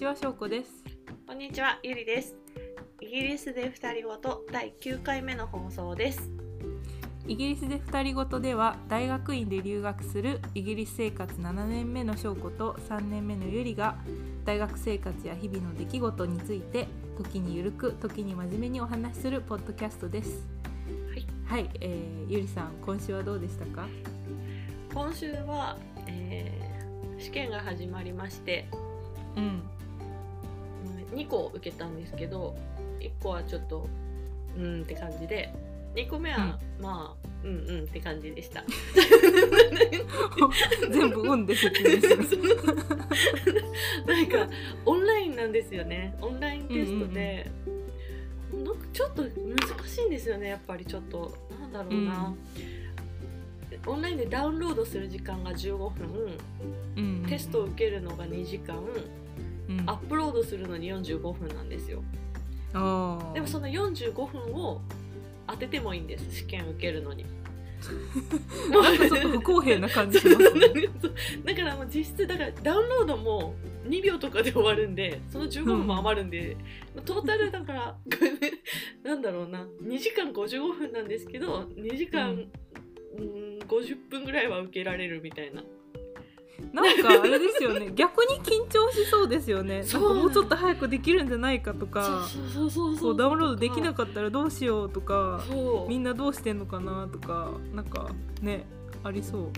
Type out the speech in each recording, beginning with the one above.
はしょうこです。 こんにちは、ゆりです。イギリスで二人ごと第9回目の放送です。 イギリスで二人ごとでは、大学院で留学するイギリス生活7年目のしょうこと3年目のゆりが、大学生活や日々の出来事について時にゆるく時に真面目にお話しするポッドキャストです。はい、ゆりさん、今週はどうでしたか？ 今週は、試験が始まりまして、2個受けたんですけど、1個はちょっとって感じで、2個目は、まあって感じでした。 全部で説明する。 なんかオンラインなんですよね。オンラインテストで、なんかちょっと難しいんですよね。やっぱりちょっとなんだろうな、オンラインでダウンロードする時間が15分、テストを受けるのが2時間、アップロードするのに45分なんですよ。でもその45分を当ててもいいんです、試験受けるのに。 なんかちょっと不公平な感じしますね。 だからもう実質だからダウンロードも2秒とかで終わるんで、その15分も余るんで、トータルだからなんだろうな、2時間55分なんですけど、2時間、50分ぐらいは受けられるみたいな。 なんかあれですよね、逆に緊張しそうですよね。なんかもうちょっと早くできるんじゃないかとか、ダウンロードできなかったらどうしようとか、みんなどうしてんのかなとか、なんかね、ありそう。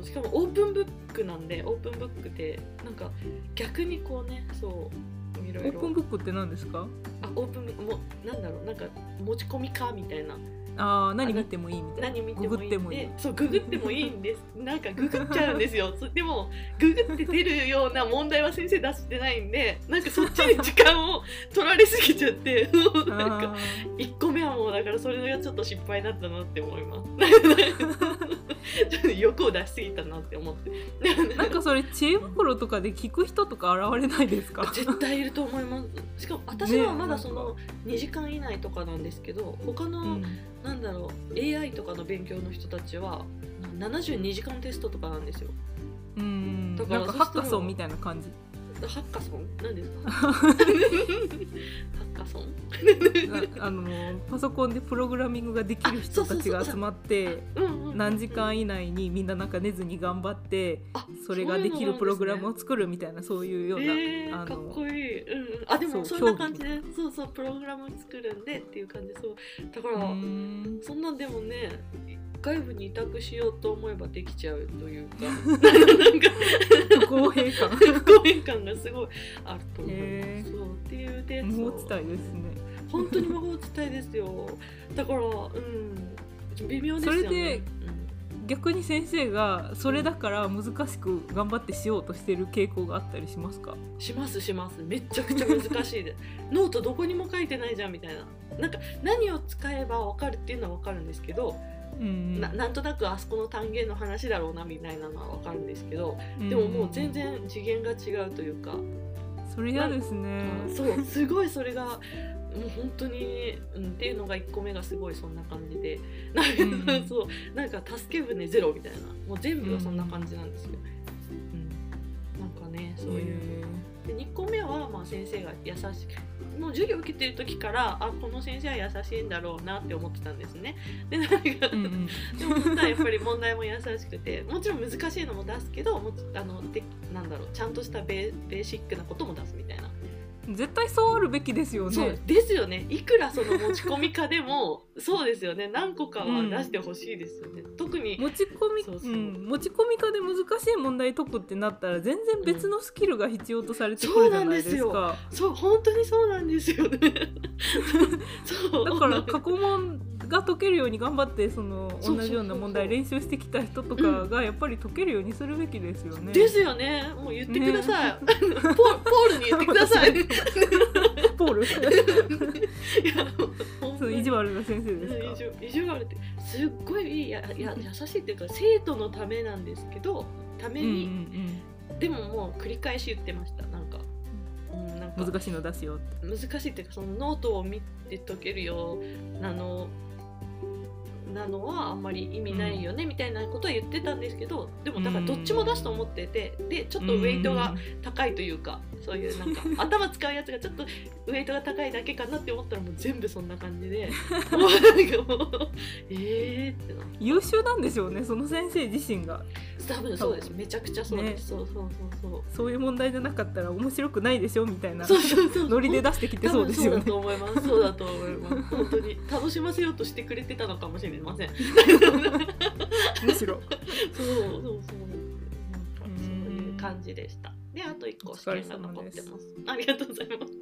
しかもオープンブックなんで、オープンブックでなんか逆にこうね、そういろいろ。 オープンブックって何ですか？ オープンブックもなんだろう、なんか持ち込みかみたいな。 何見てもいいみたいな。 何見てもいいんで、そうググってもいいんです。なんかググっちゃうんですよ。でもググって出るような問題は先生出してないんで、なんかそっちに時間を取られすぎちゃってなんか1個目はもうだからそれがちょっと失敗だったなって思いますちょっと欲を出しすぎたなって思ってなんかそれ知恵袋とかで聞く人とか現れないですか？ 絶対いると思います。しかも私はまだその2時間以内とかなんですけど、他の、なんだろう、 AI とかの勉強の人たちは72時間テストとかなんですよ。 だからなんかハッカソンみたいな感じ。 ハッカソン何ですか？ハッカソンパソコンでプログラミングができる人たちが集まって何時間以内にみんななんか寝ずに頑張ってそれができるプログラムを作るみたいな、そういうような、 かっこいい。でもそんな感じで、そうプログラムを作るんでっていう感じ。そうだからそんなんでもね、外部に委託しようと思えばできちゃうというかなんか不公平感がすごいあると思います。そうっていうで、 魔法使いですね。 本当に魔法使いですよ。だから微妙ですよね。 それで、逆に先生がそれだから難しく頑張ってしようとしてる傾向があったりしますか？ します。めちゃくちゃ難しいですノートどこにも書いてないじゃんみたいな。なんか何を使えば分かるっていうのは分かるんですけど、なんとなくあそこの単元の話だろうなみたいなのは分かるんですけど、でももう全然次元が違うというか、 それ嫌ですね。 そうすごいそれがもう本当に、っていうのが1個目がすごいそんな感じで、そうなんか助け舟ゼロみたいな、もう全部がそんな感じなんですよ。なんかね、そういうで2個目はまあ先生が優しい、もう授業受けてる時からこの先生は優しいんだろうなって思ってたんですね。でなんかでもやっぱり問題も優しくて、もちろん難しいのも出すけど、なんだろう、ちゃんとしたベーシックなことも出すみたいな。 絶対そうあるべきですよね。 そうですよね。いくらその持ち込み家でもそうですよね。何個かは出してほしいですよね。特に持ち込み家で難しい問題解くってなったら全然別のスキルが必要とされてくるじゃないですか。 そう本当にそうなんですよね。 そうだから過去問が解けるように頑張ってその同じような問題練習してきた人とかがやっぱり解けるようにするべきですよね。 ですよね。もう言ってください。ポールに言ってください。 ポールそう意地悪な先生ですか？ 意地悪ってすっごい優しいっていうか、生徒のためなんですけど、ために、でももう繰り返し言ってました。なんか難しいの出すよって。 難しいっていうか、そのノートを見て解けるよ、 なのはあんまり意味ないよねみたいなことは言ってたんですけど、でもだからどっちも出すと思ってて、でちょっとウェイトが高いというか、そういうなんか頭使うやつがちょっとウェイトが高いだけかなって思ったらもう全部そんな感じでもうなんかもうってな優秀なんでしょうね、その先生自身が。 多分そうです、めちゃくちゃそうです、ね、 そういう問題じゃなかったら面白くないでしょみたいなそうノリで出してきてそうですよね。 そうだと思います本当に楽しませようとしてくれてたのかもしれませんむしろそういう感じでした。であと1個試験が残ってます。ありがとうございます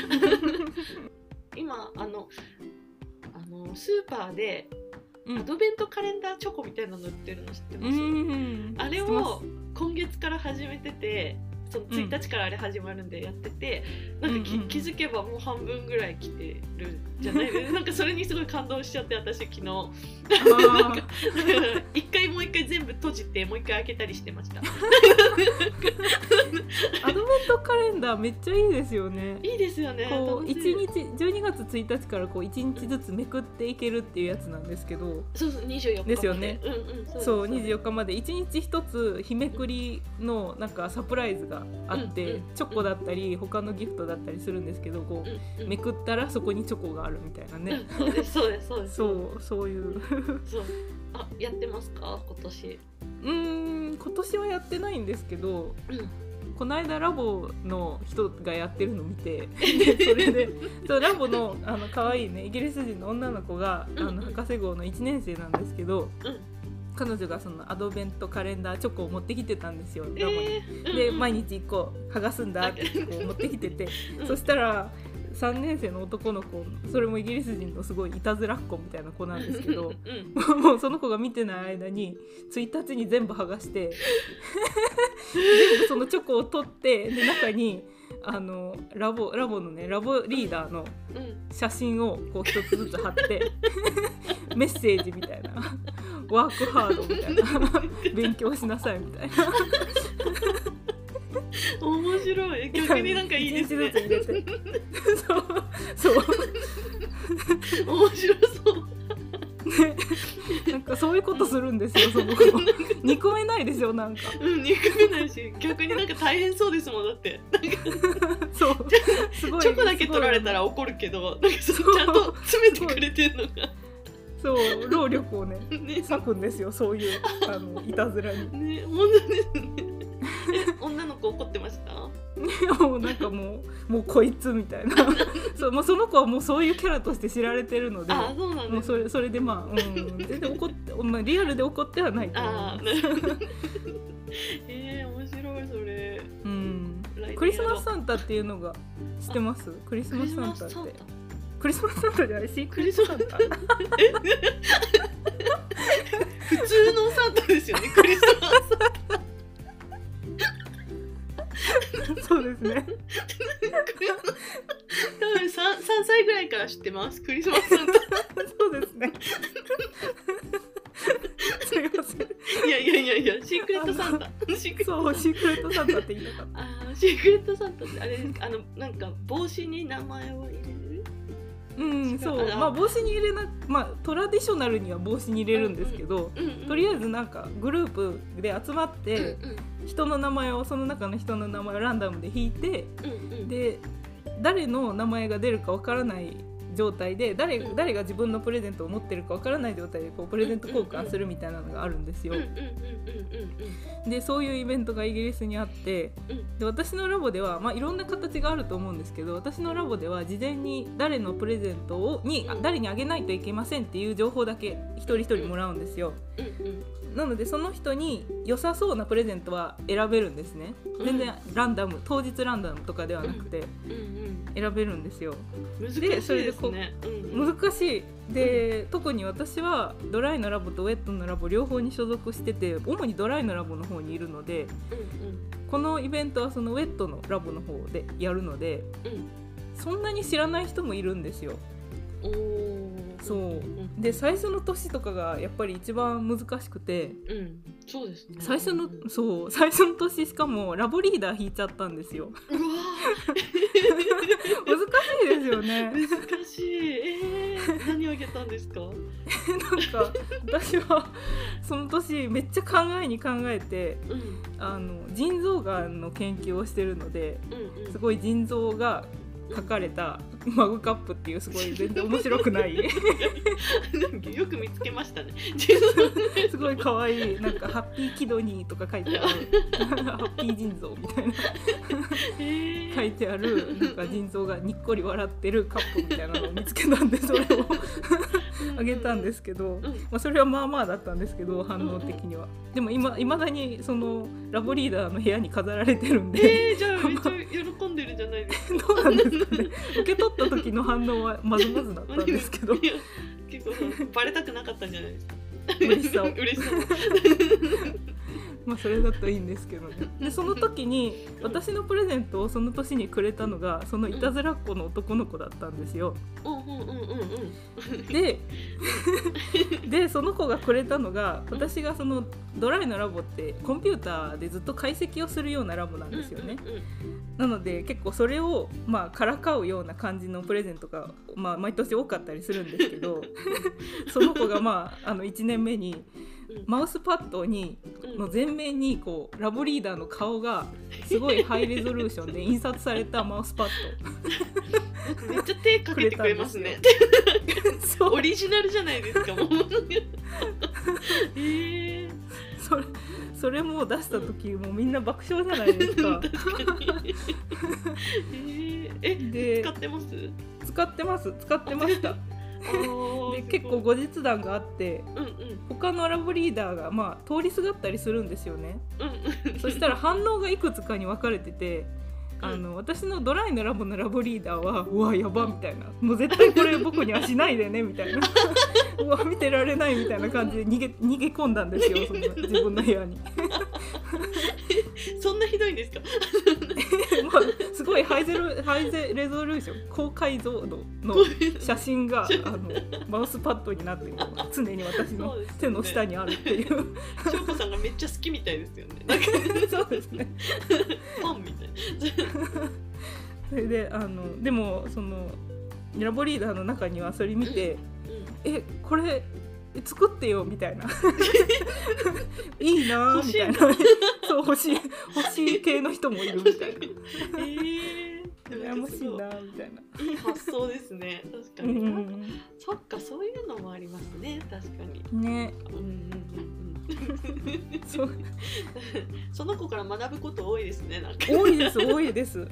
今スーパーでアドベントカレンダーチョコみたいなの売ってるの知ってます？あれを今月から始めてて、その1日からあれ始まるんでやってて、なんか気づけばもう半分ぐらい来てるじゃないですか。なんかそれにすごい感動しちゃって、私昨日なんかもう一回全部閉じてもう一回開けたりしてましたアドベントカレンダーめっちゃいいですよね。 いいですよね。 こう12月1日からこう1日ずつめくっていけるっていうやつなんですけど、 そう24日ですよね。そう24日まで1日1つ日めくりのなんかサプライズがあって、チョコだったり他のギフトだったりするんですけど、こうめくったらそこにチョコがあるみたいなね。そういうそうやってますか今年？ 今年はやってないんですけど、この間ラボの人がやってるのを見てそれでラボの可愛いねイギリス人の女の子が博士号の1年生なんですけど、彼女がそのアドベントカレンダーチョコを持ってきてたんですよ、ラボに。で毎日1個剥がすんだってこう持ってきててそしたら3年生の男の子、それもイギリス人のすごいいたずらっ子みたいな子なんですけどもうその子が見てない間に1日に全部剥がして全部そのチョコを取って、で中にラボのねラボリーダーの写真をこう一つずつ貼ってメッセージみたいなワークハードみたいな勉強しなさいみたいな面白い。逆になんかいいですね。 そう面白そうなんかそういうことするんですよ、その子憎めないでしょ、なんか憎めないし、逆になんか大変そうですもん。だってそうすごいチョコだけ取られたら怒るけど、なんかちゃんと詰めてくれてるのがそう労力をね割くんですよ、そういういたずらにね。本当ですね女の子怒ってました？ もうなんかもうこいつみたいなもうその子はもうそういうキャラとして知られてるので、 そうなんです、 もうそれで全然怒って、リアルで怒ってはないと思います面白いそれ。 クリスマスサンタっていうのが知ってます？クリスマスサンタってクリスマスサンタじゃない、シークレットサンタ普通のサンタですよね、クリスマスサンタそうですね多分 3歳ぐらいから知ってます、クリスマスサンタそうですねすいません。 いやシークレットサンタそうシークレットサンタって言いたかった。 シークレットサンタってあれなんか帽子に名前を入れる。 そう帽子に入れな、トラディショナルには帽子に入れるんですけど、とりあえずなんかグループで集まって、人の名前をその中の人の名前をランダムで引いて、で誰の名前が出るかわからない状態で誰が自分のプレゼントを持ってるかわからない状態でこうプレゼント交換するみたいなのがあるんですよ。でそういうイベントがイギリスにあって、で私のラボでは、いろんな形があると思うんですけど、私のラボでは事前に誰のプレゼントに誰にあげないといけませんっていう情報だけ一人一人もらうんですよ。なのでその人に良さそうなプレゼントは選べるんですね。全然ランダム、当日ランダムとかではなくて選べるんですよ。 難しいですね。 難しい。で特に私はドライのラボとウェットのラボ両方に所属してて、主にドライのラボの方にいるので、このイベントはそのウェットのラボの方でやるので、そんなに知らない人もいるんですよ。そうで最初の年とかがやっぱり一番難しくて、 そうですね。 最初の年しかもラボリーダー引いちゃったんですよ。 うわ難しいですよね。 難しい。 何あげたんですか？ なんか私はその年めっちゃ考えて、腎臓がんの研究をしてるので、すごい腎臓が書かれたマグカップっていうすごい全然面白くないよく見つけましたね。 すごい可愛いなんかハッピーキドニーとか書いてあるハッピー腎臓みたいな書いてあるなんか腎臓がにっこり笑ってるカップみたいなのを見つけたんでそれをあげたんですけど、それはまあまあだったんですけど反応的には。でもいまだにそのラボリーダーの部屋に飾られてるんで、 じゃあめっちゃ喜んでるじゃないですか。 どうなんですかね。受け取った時の反応はまずまずだったんですけど結構バレたくなかったんじゃないですか。 嬉しさを嬉しさまあそれだといいんですけどね。でその時に私のプレゼントをその年にくれたのがそのいたずらっ子の男の子だったんですよ。でその子がくれたのが、私がそのドライのラボってコンピューターでずっと解析をするようなラボなんですよね。なので結構それをまあからかうような感じのプレゼントが、まあ、毎年多かったりするんですけどその子がまあ1年目にマウスパッドにの前面にこうラボリーダーの顔がすごいハイレゾルーションで印刷されたマウスパッドめっちゃ手かけてくれますね。オリジナルじゃないですかもうそれも出した時もうみんな爆笑じゃないですか。 で使ってます？ 使ってましたで結構後日談があって、他のラボリーダーがまあ通りすがったりするんですよね。そしたら反応がいくつかに分かれてて、私のドライのラボのラボリーダーはうわやばみたいな、もう絶対これ僕にはしないでねみたいなうわ見てられないみたいな感じで逃げ込んだんですよ、その自分の部屋にそんなひどいんですかまあ、すごいハイゼレゾルーション高解像度の写真がマウスパッドになって常に私の手の下にあるっていう翔子さんがめっちゃ好きみたいですよね。 そうですねファンみたいなそれででもそのラボリーダーの中にはそれ見て、これ作ってよみたいないいなみたいなそう欲しい系の人もいるみたいな羨ましいなみたいな。 いい発想ですね。確かに、そっかそういうのもありますね。確かにね。 その子から学ぶこと多いですね。なんか多いです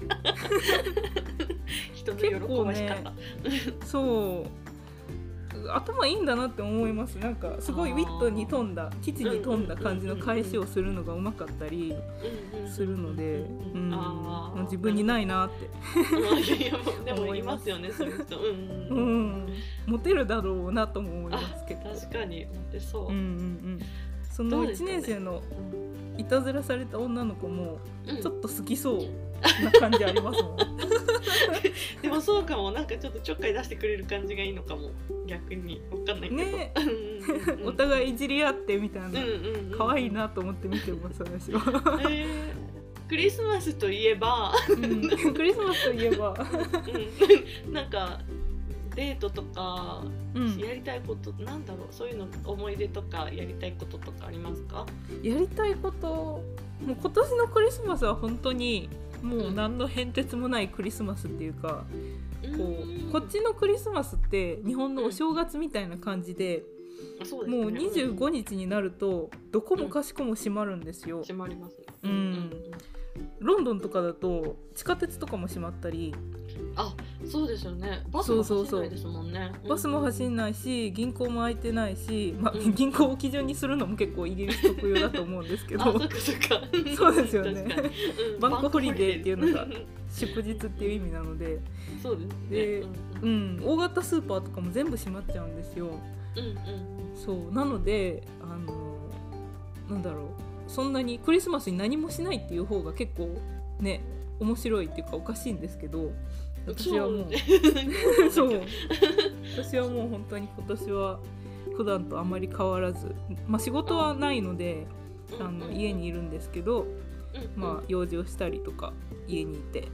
人の喜ばし方、 そう頭いいんだなって思います。なんかすごいウィットに富んだ父に富んだ感じの返しをするのがうまかったりするので、自分にないなってでもいますよねそういう人。 モテるだろうなとも思いますけど。 確かにモテそう。 その1年生のいたずらされた女の子もちょっと好きそうな感じありますもんでもそうかも、なんかちょっとちょっかい出してくれる感じがいいのかも、逆に分かんないけどねお互いいじり合ってみたいな可愛いなと思って見てます私はクリスマスといえばクリスマスといえばなんかデートとかやりたいこと、なんだろう、そういうの思い出とかやりたいこととかありますか？ やりたいこと、もう今年のクリスマスは本当にもう何の変哲もないクリスマスっていうか、こっちのクリスマスって日本のお正月みたいな感じで、もう25日になるとどこもかしこも閉まるんですよ。 閉まりますね。 ロンドンとかだと地下鉄とかも閉まったり。 あ、そうですよね。バスも走んないですもんね。 バスも走んないし、銀行も開いてないし、銀行を基準にするのも結構イギリス特有だと思うんですけどそうですよねバンクホリデーっていうのが祝日っていう意味なので、 そうですね。 大型スーパーとかも全部閉まっちゃうんですよ。そうなのでなんだろう、そんなにクリスマスに何もしないっていう方が結構ね面白いっていうかおかしいんですけど、私はもうそう私はもう本当に今年は普段とあまり変わらず、仕事はないので家にいるんですけど、用事をしたりとか家にいて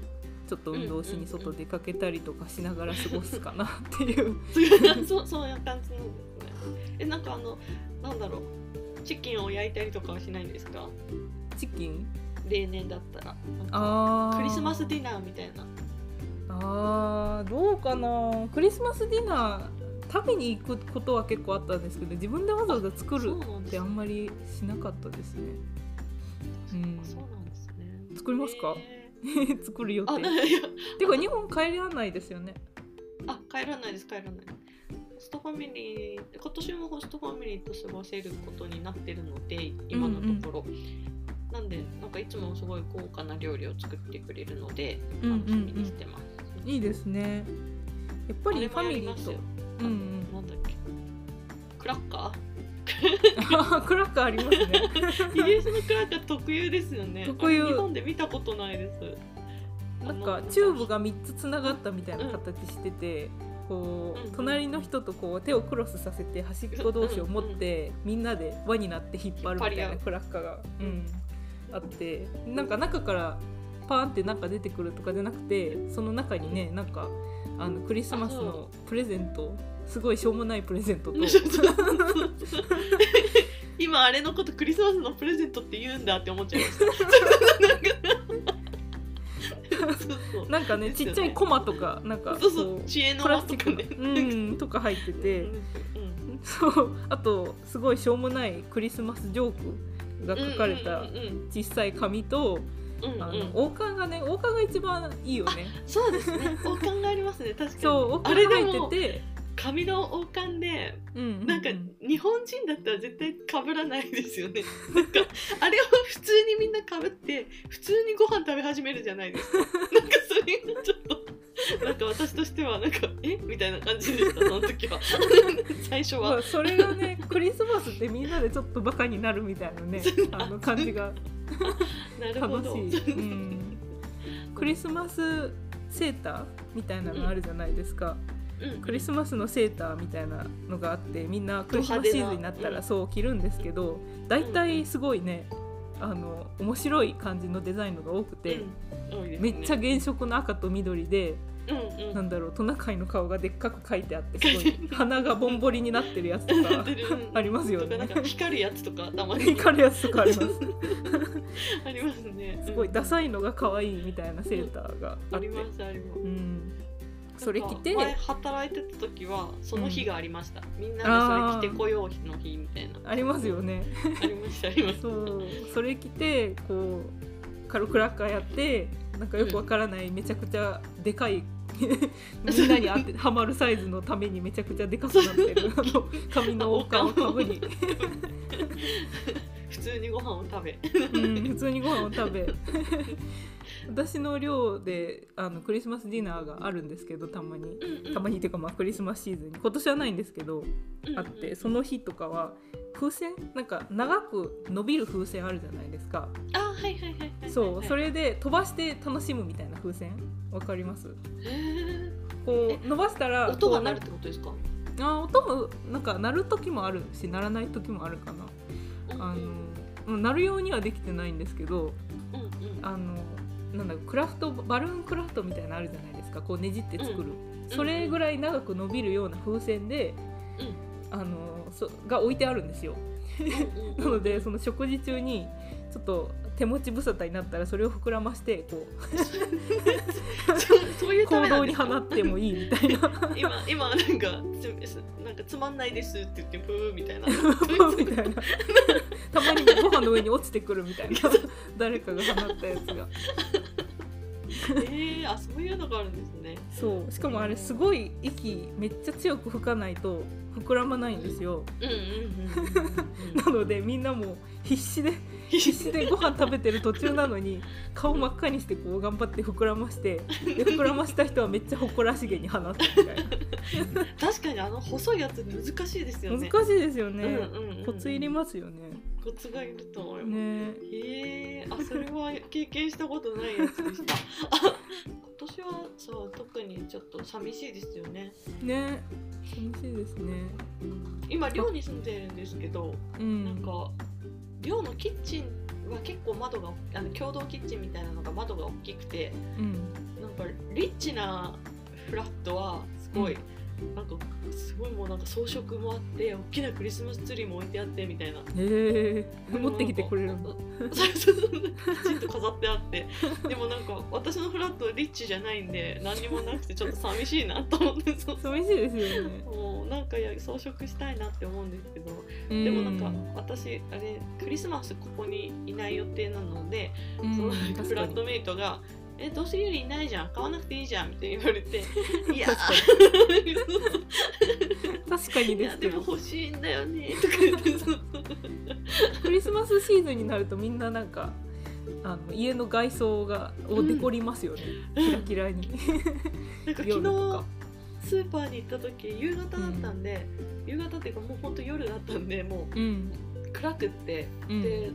ちょっと運動しに外出かけたりとかしながら過ごすかなっていうそういう感じなんですね。なんかなんだろう、チキンを焼いたりとかはしないんですか？ チキン例年だったらなんかクリスマスディナーみたいな。 どうかな。クリスマスディナー食べに行くことは結構あったんですけど、自分でわざわざ作るってあんまりしなかったですね。 そうなんですね。 作りますか？作る予定。てか日本帰らないですよね。 帰らないです。ホストファミリー、今年もホストファミリーと過ごせることになってるので、今のところ、なんでなんかいつもすごい豪華な料理を作ってくれるので楽しみにしてます。 いいですね。やっぱりファミリーとなんだっけ、クラッカークラッカーありますね。 イギリスのクラッカー特有ですよね。 特有。 日本で見たことないです。 なんかチューブが3つつながったみたいな形してて、こう隣の人とこう手をクロスさせて端っこ同士を持ってみんなで輪になって引っ張るみたいなクラッカーが、あって、なんか中からパーンってなんか出てくるとかじゃなくて、その中にね、なんかクリスマスのプレゼント、すごいしょうもないプレゼントと今あれのことクリスマスのプレゼントって言うんだって思っちゃいましたなんかね、ちっちゃいコマとかなんか知恵の輪とかね、 とか入ってて、そうあとすごいしょうもないクリスマスジョークが書かれた小さい紙と、王冠がね、王冠が一番いいよね。 そうですね、王冠がありますね。確かにそう、王冠が入ってて、 紙の王冠で、なんか日本人だったら絶対被らないですよね。なんかあれを普通にみんな被って普通にご飯食べ始めるじゃないですか。なんかそれがちょっとなんか私としてはなんかみたいな感じでした、その時は。最初はそれがね、クリスマスってみんなでちょっとバカになるみたいなね感じが楽しい。クリスマスセーターみたいなのあるじゃないですか。クリスマスのセーターみたいなのがあって、みんなクリスマスシーズンになったらそう着るんですけど、だいたいすごいね、面白い感じのデザインのが多くて、めっちゃ原色の赤と緑で、なんだろう、トナカイの顔がでっかく描いてあって、すごい鼻がボンボリになってるやつとかありますよね。 なんか光るやつとかたまに光るやつとかありますありますね。 すごいダサいのが可愛いみたいなセーターがあって、 ありますあります。 それ着て、 前働いてた時はその日がありました。みんなでそれ着てこようの日みたいな。 ありますよね。 ありましたありました。 それ着てこうカルクラッカーやって、なんかよくわからないめちゃくちゃでかいみんなにはまるサイズのためにめちゃくちゃでかくなってる紙の王冠をかぶり普通にご飯を食べ普通にご飯を食べ私の寮でクリスマスディナーがあるんですけど、たまにっていうか、クリスマスシーズンに、今年はないんですけど、あって、その日とかは風船、なんか長く伸びる風船あるじゃないですか。そう、それで飛ばして楽しむみたいな風船、わかります？こう伸ばしたら音が鳴るってことですか？ 音もなんか鳴る時もあるし、鳴らない時もあるかな。鳴るようにはできてないんですけど、なんだクラフトバルーンクラフトみたいなのあるじゃないですか、こうねじって作る、それぐらい長く伸びるような風船で、が置いてあるんですよ。なのでその食事中にちょっと手持ち無沙汰になったら、それを膨らましてこうそういう行動に放ってもいいみたいな今なんかつまんないですって言ってプーみたいなみたいなたまにご飯の上に落ちてくるみたいな誰かが放ったやつがそういうのがあるんですね。 そう、しかもあれすごい息めっちゃ強く吹かないと膨らまないんですよ。なのでみんなも必死でご飯食べてる途中なのに顔真っ赤にしてこう頑張って膨らまして、で膨らました人はめっちゃ誇らしげに放ってみたいな確かに細いやつ難しいですよね。 難しいですよね。コツいりますよね。 コツがいると思いますね。 それは経験したことないやつでした今年はそう特にちょっと寂しいですよね。 ね、寂しいですね。 今寮に住んでるんですけど、なんか寮のキッチンは結構窓が共同キッチンみたいなのが窓が大きくて、 うんなんかリッチなフラットはすごい、なんかすごいもうなんか装飾もあって大きなクリスマスツリーも置いてあってみたいな、 持ってきてくれるんだ。 そうきちんと飾ってあって、でもなんか私のフラットリッチじゃないんで何にもなくてちょっと寂しいなと思って、 寂しいですよね。 もうなんか装飾したいなって思うんですけど、でもなんか私あれクリスマスここにいない予定なので、そのフラットメイトがどうせユリいないじゃん、買わなくていいじゃんって言われて、いや確かにですけど、 でも欲しいんだよねとか言ってクリスマスシーズンになるとみんななんか家の外装をデコりますよね、キラキラに。 なんか昨日スーパーに行った時夕方だったんで、夕方っていうかもうほんと夜だったんで、もう暗くって、で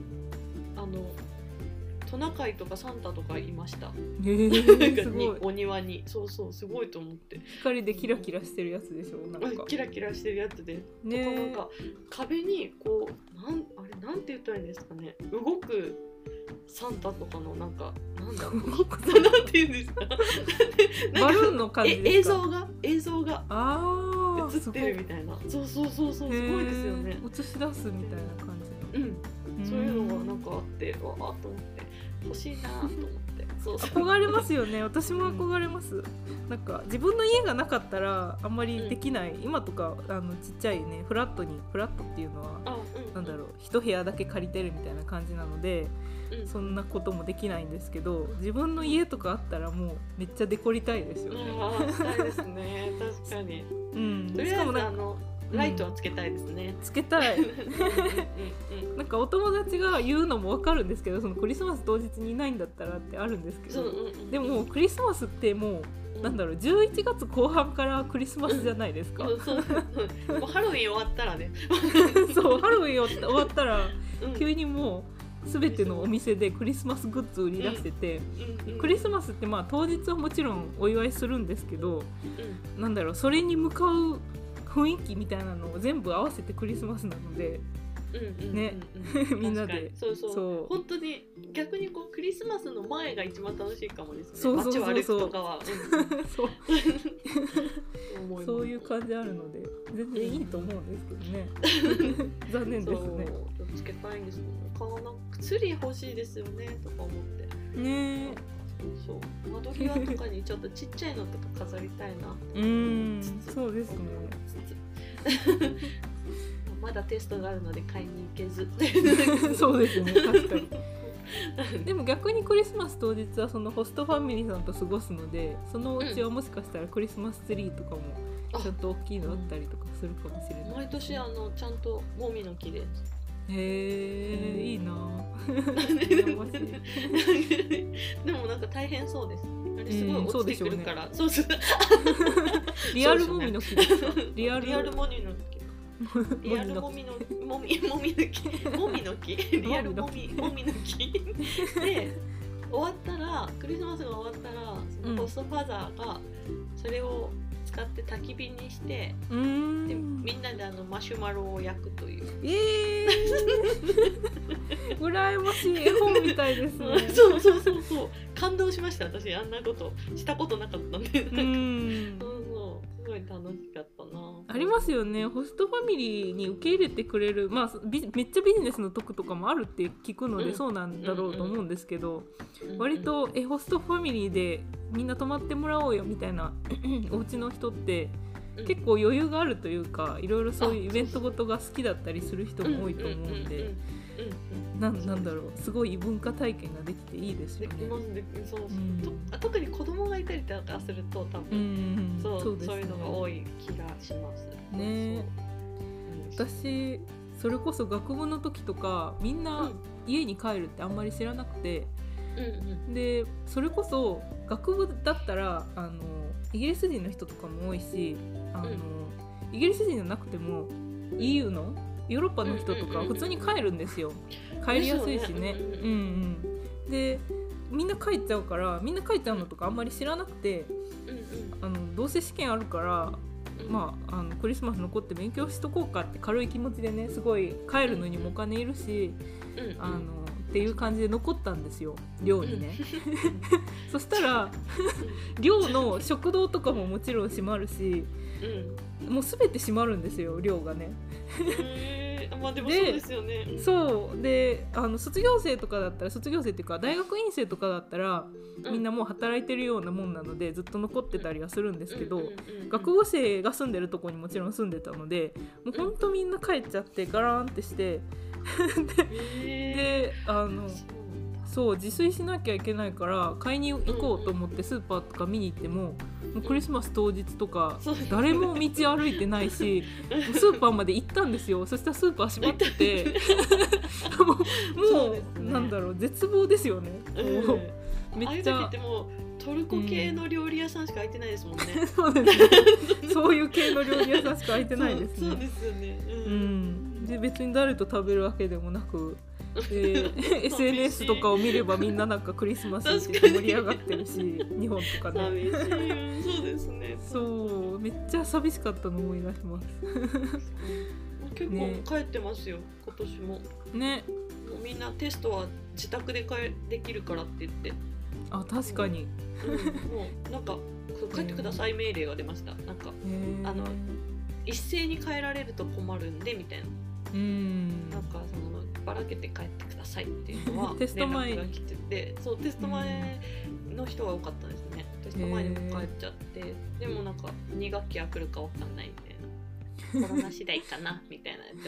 トナカイとかサンタとかいました。 すごい。 お庭に。そうすごいと思って。 光でキラキラしてるやつでしょ。なんかキラキラしてるやつで。 ね、 とかなんか壁にこうあれなんて言ったらいいんですかね。動くサンタとかのなんかなんだろう。なんて言うんですか。 バルーンの感じですか。 映像が映ってるみたいな。そうすごいですよね。 映し出すみたいな感じ。 そういうのがなんかあってわーっと思って欲しいなと思って。 憧れますよね。私も憧れます。なんか自分の家がなかったらあんまりできない、今とかちっちゃいねフラットっていうのは、なんだろう、一部屋だけ借りてるみたいな感じなので、そんなこともできないんですけど、自分の家とかあったらもうめっちゃデコりたいですよね。 したいですね。確かに。とりあえずライトはつけたいですね。 つけたい。なんかお友達が言うのも分かるんですけど、そのクリスマス当日にいないんだったらってあるんですけど、でももうクリスマスってもうなんだろう、11月後半からクリスマスじゃないですか。 もうハロウィン終わったらね。 そうハロウィン終わったら急にもう全てのお店でクリスマスグッズ売り出してて、クリスマスってまあ当日はもちろんお祝いするんですけど、なんだろう、それに向かう雰囲気みたいなのを全部合わせてクリスマスなので、ね、みんなでそう本当に逆にこうクリスマスの前が一番楽しいかもですね。街を歩くとかはそういう感じあるので全然いいと思うんですけどね。残念ですね。 つけたいんですけど、ツリー欲しいですよねとか思ってね。 そう窓際とかにちょっとちっちゃいのとか飾りたいな。 そうですね。 まだテストがあるので買いに行けず。 そうですね、確かに。でも逆にクリスマス当日はそのホストファミリーさんと過ごすので、そのうちはもしかしたらクリスマスツリーとかもちょっと大きいのあったりとかするかもしれない。 毎年ちゃんともみの木です。 へえ、いいな。 でもなんか大変そうです。あれすごい落ちてくるから。そう。 リアルもみの木ですか？リアルもみの木。リアルもみの木リアルもみの木で終わったら、クリスマスが終わったらそのホストファザーがそれを使って焚き火にして、でみんなでマシュマロを焼くという。 羨ましい絵本みたいですね。 そう感動しました。私あんなことしたことなかったんで、すごい楽しかったな。 ありますよね。ホストファミリーに受け入れてくれる、まあめっちゃビジネスの得とかもあるって聞くので、そうなんだろうと思うんですけど、割とホストファミリーでみんな泊まってもらおうよみたいなお家の人って結構余裕があるというか、いろいろそういうイベントごとが好きだったりする人も多いと思うんで、なんだろう、すごい文化体験ができていいですよね。 特に子供がいたりとかすると多分そういうのが多い気がしますね。 私それこそ学部の時とかみんな家に帰るってあんまり知らなくて、でそれこそ学部だったらイギリス人の人とかも多いし、イギリス人じゃなくても EU のヨーロッパの人とか普通に帰るんですよ。帰りやすいしね。でみんな帰っちゃうから、みんな帰っちゃうのとかあんまり知らなくて、どうせ試験あるから、まあ、クリスマス残って勉強しとこうかって軽い気持ちでね、すごい帰るのにもお金いるし、 っていう感じで残ったんですよ、寮にね。そしたら寮の食堂とかももちろん閉まるし、もう全て閉まるんですよ、寮がね。 まあでもそうですよね。 そうで、卒業生とかだったら、卒業生っていうか大学院生とかだったらみんなもう働いてるようなもんなのでずっと残ってたりはするんですけど、学部生が住んでるとこにもちろん住んでたので、もうほんとみんな帰っちゃってガラーンってしてでそう自炊しなきゃいけないから買いに行こうと思ってスーパーとか見に行っても、もうクリスマス当日とか誰も道歩いてないし、スーパーまで行ったんですよ。そしたらスーパー閉まっててもうなんだろう、絶望ですよね。めっちゃああいう時ってもうトルコ系の料理屋さんしか開いてないですもんね。そうですね。そういう系の料理屋さんしか開いてないですね。そうですよね。で別に誰と食べるわけでもなく、SNS とかを見ればみんななんかクリスマスって盛り上がってるし、日本とかね。そうですね。そうめっちゃ寂しかったの思い出します。 結構帰ってますよ、今年も。ね。もうみんなテストは自宅でできるからって言って。 あ、確かに。 もうなんか帰ってください命令が出ました。なんか一斉に帰られると困るんでみたいな。なんかそのばらけて帰ってくださいっていうのは連絡が来てて、そうテスト前の人が多かったですね。テスト前にも帰っちゃって、でもなんか2学期は来るかわかんないみたいな、コロナ次第かなみたいなや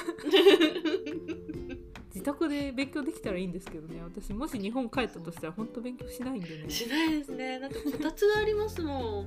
つ。 自宅で勉強できたらいいんですけどね。私もし日本帰ったとしたら本当勉強しないんでね。 しないですね。だってこたつがありますもん。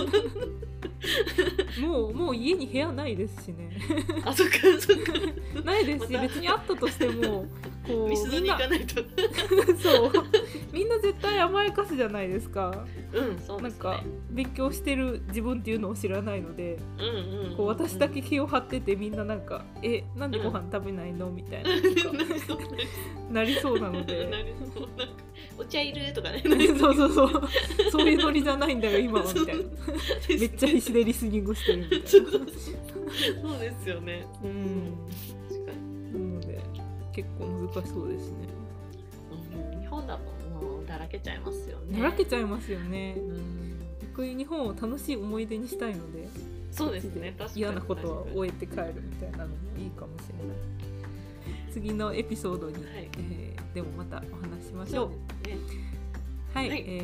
もう家に部屋ないですしね。 あ、そっかそっか。 ないですし、別にあったとしてもこうミスドに行かないと。 そうみんな絶対甘やかすじゃないですか。 そうですね。 なんか勉強してる自分っていうのを知らないので、こう私だけ気を張ってて、みんななんかなんでご飯食べないのみたいななりそうなので、 お茶いるとかね。 そういうノリじゃないんだよ今はみたいな。めっちゃ必死でリスニングしてるみたいな。 そうですよね。確かに。 なので結構難しそうですね。 日本だともうだらけちゃいますよね。 だらけちゃいますよね。逆に日本を楽しい思い出にしたいので、 そうですね。 嫌なことは終えて帰るみたいなのもいいかもしれない。次のエピソードに、でもまたお話しましょう。はい、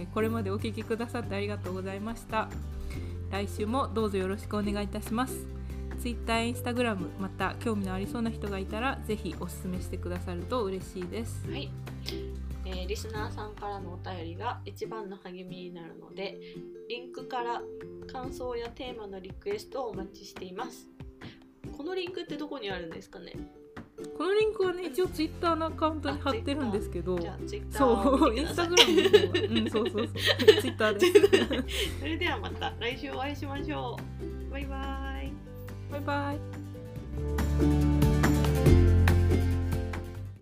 これまでお聞きくださってありがとうございました。来週もどうぞよろしくお願いいたします。Twitter、Instagram、また興味のありそうな人がいたらぜひお勧めしてくださると嬉しいです。 はい、リスナーさんからのお便りが一番の励みになるので、リンクから感想やテーマのリクエストをお待ちしています。このリンクってどこにあるんですかね。 このリンクはね、一応ツイッターのアカウントに貼ってるんですけど、 そうインスタグラムの方はそうツイッターです。 それではまた来週お会いしましょう。バイバイ。 バイバイ。